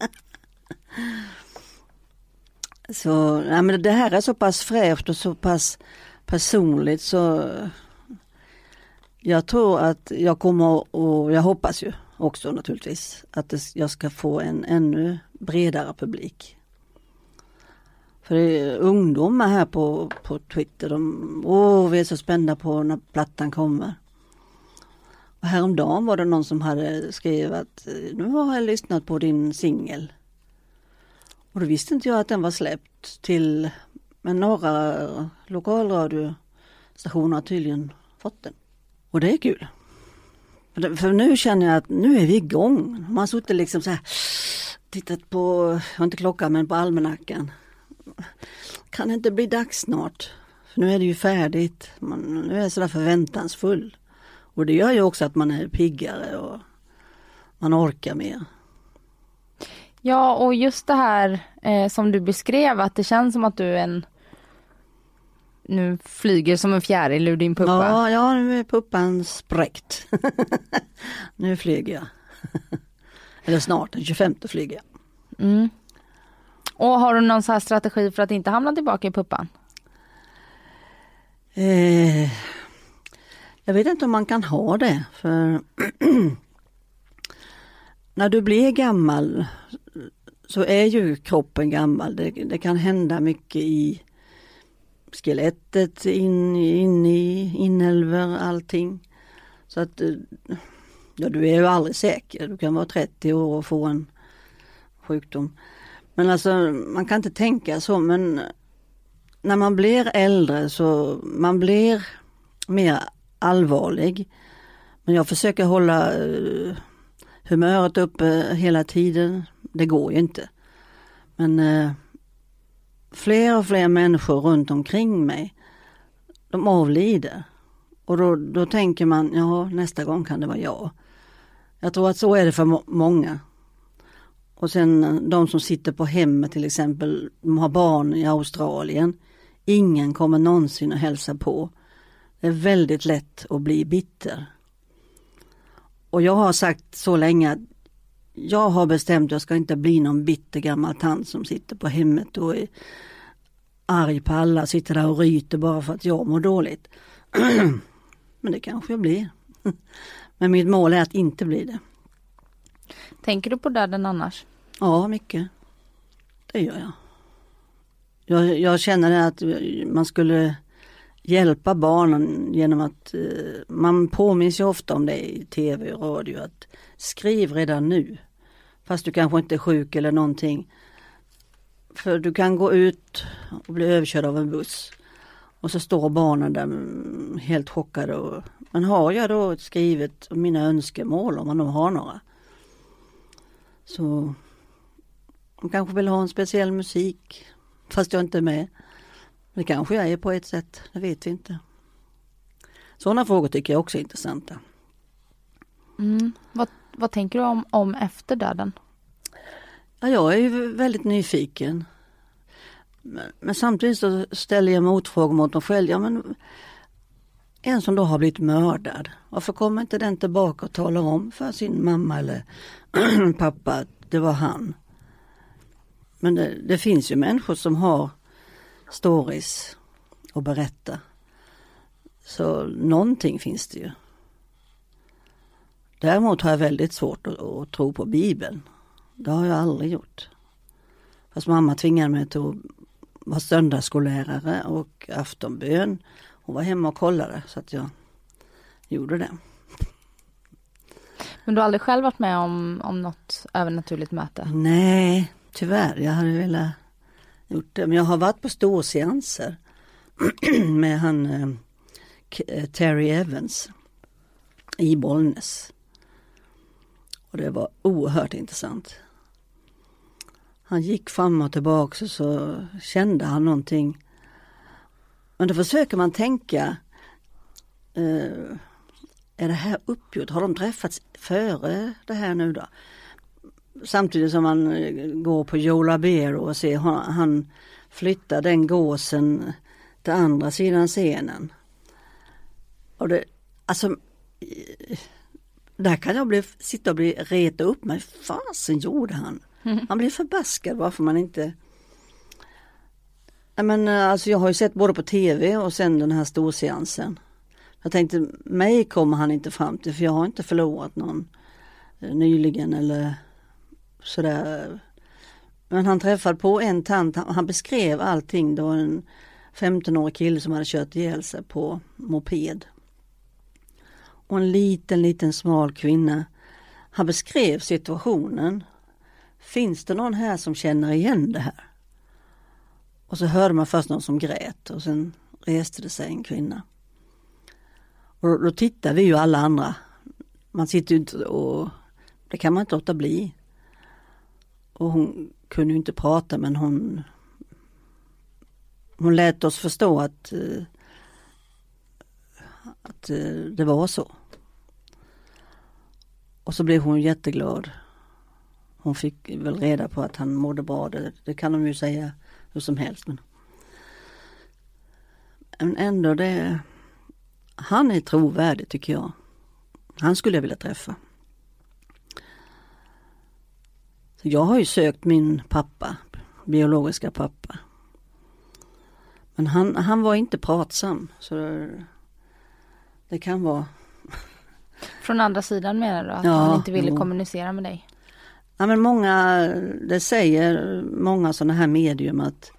Så ja, men det här är så pass fräscht och så pass personligt så jag tror att jag kommer, och jag hoppas ju också naturligtvis, att jag ska få en ännu bredare publik. För det är ungdomar här på Twitter, vi är så spända på när plattan kommer. Och häromdagen var det någon som hade skrivit att nu har jag lyssnat på din singel. Och då visste inte jag att den var släppt till, men några lokalradiostationer har tydligen fått den. Och det är kul. För nu känner jag att nu är vi igång. Man har suttit liksom så här, tittat på, jag har inte klockan men på almanackan. Kan det inte bli dags snart? För nu är det ju färdigt. Nu är jag sådär förväntansfull. Och det gör ju också att man är piggare och man orkar mer. Ja, och just det här som du beskrev, att det känns som att du nu flyger som en fjäril ur din puppa. Ja, nu är puppan spräckt. Nu flyger jag. Eller snart, den 25 flyger jag. Mm. Och har du någon så här strategi för att inte hamna tillbaka i puppan? Jag vet inte om man kan ha det. För när du blir gammal så är ju kroppen gammal. Det kan hända mycket i skelettet, in i inälvor, allting. Så att ja, du är ju aldrig säker. Du kan vara 30 år och få en sjukdom. Men alltså man kan inte tänka så, men när man blir äldre så man blir mer allvarlig. Men jag försöker hålla humöret uppe hela tiden. Det går ju inte. Men fler och fler människor runt omkring mig, de avlider. Och då tänker man, ja, nästa gång kan det vara jag. Jag tror att så är det för många. Och sen de som sitter på hemmet till exempel, de har barn i Australien. Ingen kommer någonsin att hälsa på. Det är väldigt lätt att bli bitter. Och jag har sagt så länge att jag har bestämt att jag ska inte bli någon bitter gammal tant som sitter på hemmet och är arg på alla, sitter där och ryter bara för att jag mår dåligt. Men det kanske jag blir. Men mitt mål är att inte bli det. Tänker du på döden annars? Ja, mycket. Det gör jag. Jag känner att man skulle hjälpa barnen genom att man påminns ju ofta om det i tv och radio, att skriv redan nu. Fast du kanske inte är sjuk eller någonting. För du kan gå ut och bli överkörd av en buss. Och så står barnen där helt chockade. Men har jag då skrivit mina önskemål, om man nog har några. Så man kanske vill ha en speciell musik. Fast jag inte är med. Det kanske jag är på ett sätt, det vet vi inte. Sådana frågor tycker jag också är intressanta. Mm. Vad tänker du om efter döden? Ja, jag är ju väldigt nyfiken. Men samtidigt så ställer jag motfrågor mot mig själv. Ja, men en som då har blivit mördad. Varför kommer inte den tillbaka och talar om för sin mamma eller pappa att det var han? Men det finns ju människor som har stories att berätta. Så någonting finns det ju. Däremot har jag väldigt svårt att tro på Bibeln. Det har jag aldrig gjort. Fast mamma tvingade mig till att vara söndagsskollärare och aftonbön. Hon var hemma och kollade så att jag gjorde det. Men du har aldrig själv varit med om något övernaturligt möte? Nej, tyvärr. Jag hade velat gjort det. Men jag har varit på storseanser med han Terry Evans i Bollnäs. Och det var oerhört intressant. Han gick fram och tillbaka och så kände han någonting. Men då försöker man tänka, är det här uppgjort? Har de träffats före det här nu då? Samtidigt som man går på Joe Labero och ser han flyttar den gåsen till andra sidan scenen. Och det, alltså, där kan jag sitta och reta upp mig. Fasen gjorde han. Man blir förbaskad varför man inte... Men alltså jag har ju sett både på tv och sen den här storseansen. Jag tänkte, mig kommer han inte fram till, för jag har inte förlorat någon nyligen eller sådär. Men han träffade på en tant, han beskrev allting. Det var en 15-årig kille som hade kört ihjäl sig på moped. Och en liten smal kvinna. Han beskrev situationen. Finns det någon här som känner igen det här? Och så hörde man först någon som grät och sen reste det sig en kvinna. Och då tittar vi ju alla andra. Man sitter ju inte och det kan man inte låta bli. Och hon kunde ju inte prata, men hon lät oss förstå att det var så. Och så blev hon jätteglad. Hon fick väl reda på att han mådde bra. Det kan de ju säga hur som helst. Men ändå han är trovärdig tycker jag. Han skulle jag vilja träffa. Så jag har ju sökt min pappa, biologiska pappa. Men han var inte pratsam. Så det kan vara... Från andra sidan menar du? Att han inte ville kommunicera med dig? Ja, men det säger många sådana här medium att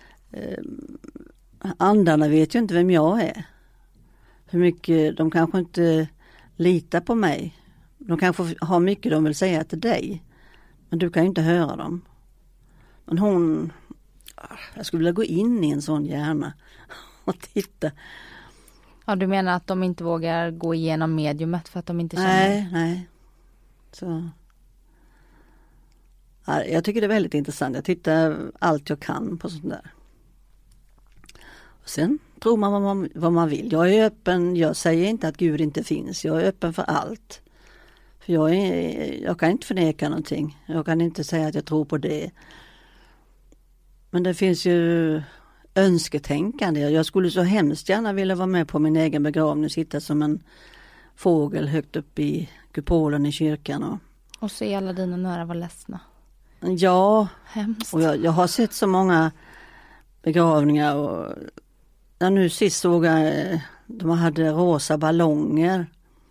andarna vet ju inte vem jag är. Hur mycket, de kanske inte litar på mig. De kanske har mycket de vill säga till dig. Men du kan ju inte höra dem. Men jag skulle vilja gå in i en sån hjärna och titta. Ja, du menar att de inte vågar gå igenom mediumet för att de inte känner? Nej. Så... Ja, jag tycker det är väldigt intressant. Jag tittar allt jag kan på sånt där. Och sen tror man vad man vill. Jag är öppen. Jag säger inte att Gud inte finns. Jag är öppen för allt. För jag kan inte förneka någonting. Jag kan inte säga att jag tror på det. Men det finns ju önsketänkande. Jag skulle så hemskt gärna vilja vara med på min egen begravning. Sitta som en fågel högt upp i kupolen i kyrkan. Och se alla dina nära vara ledsna. Ja, hemskt. Och jag har sett så många begravningar. Och nu sist såg jag de hade rosa ballonger.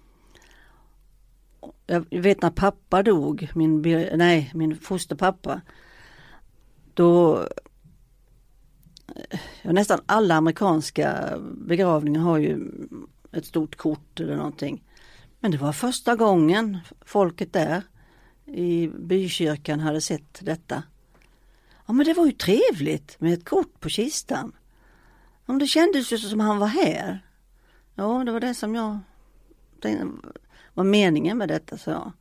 Jag vet när pappa dog, min fosterpappa, då nästan alla amerikanska begravningar har ju ett stort kort eller någonting. Men det var första gången folket där i bykyrkan hade sett detta. Ja, men det var ju trevligt med ett kort på kistan. Om det kändes ju som han var här. Ja, det var det som jag var meningen med detta, så ja.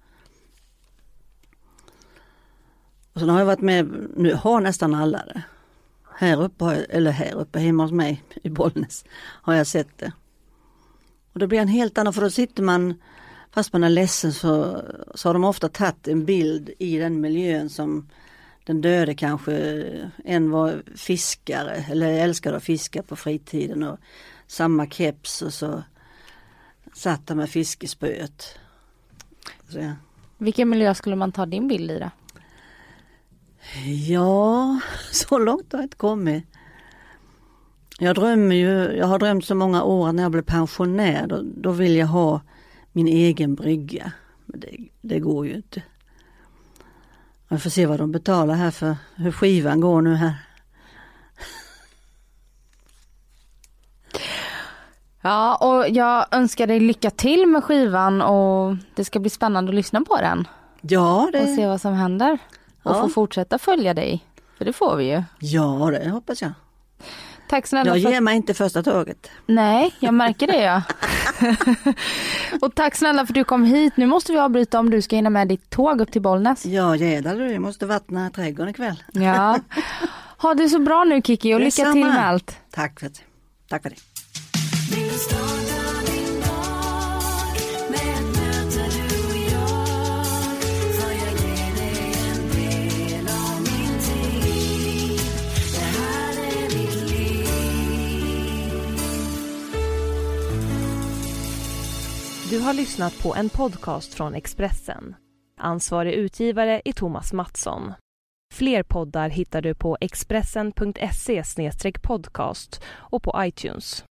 Och sen har jag varit med, nu har nästan alla det. Här uppe hemma hos mig i Bollnäs har jag sett det. Och det blir en helt annan, för då sitter man, fast man är ledsen så har de ofta tagit en bild i den miljön som den döde kanske, en var fiskare eller älskade att fiska på fritiden och samma keps och så satt de med fiskespöet. Så, ja. Vilken miljö skulle man ta din bild i då? Ja, så långt har jag inte kommit. Jag har drömt så många år när jag blev pensionär. Då vill jag ha min egen brygga. Men det går ju inte. Jag får se vad de betalar här för hur skivan går nu här. Ja, och jag önskar dig lycka till med skivan och det ska bli spännande att lyssna på den. Ja, och se vad som händer. Och få fortsätta följa dig. För det får vi ju. Ja, det hoppas jag. Tack snälla. Jag ger mig inte första taget. Nej, jag märker det, ja. Och tack snälla för att du kom hit. Nu måste vi avbryta om du ska hinna med ditt tåg upp till Bollnäs. Ja, jädrar du. Jag måste vattna trädgården ikväll. Ja. Ha det så bra nu, Kiki, och lycka till med allt. Tack för det. Du har lyssnat på en podcast från Expressen. Ansvarig utgivare är Thomas Mattsson. Fler poddar hittar du på expressen.se/podcast och på iTunes.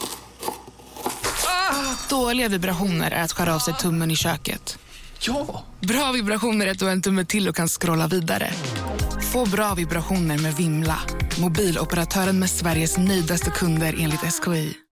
Dåliga vibrationer är att skära av sig tummen i köket. Ja! Bra vibrationer är att du har en tumme till och kan scrolla vidare. Få bra vibrationer med Vimla. Mobiloperatören med Sveriges nöjdaste kunder enligt SKI.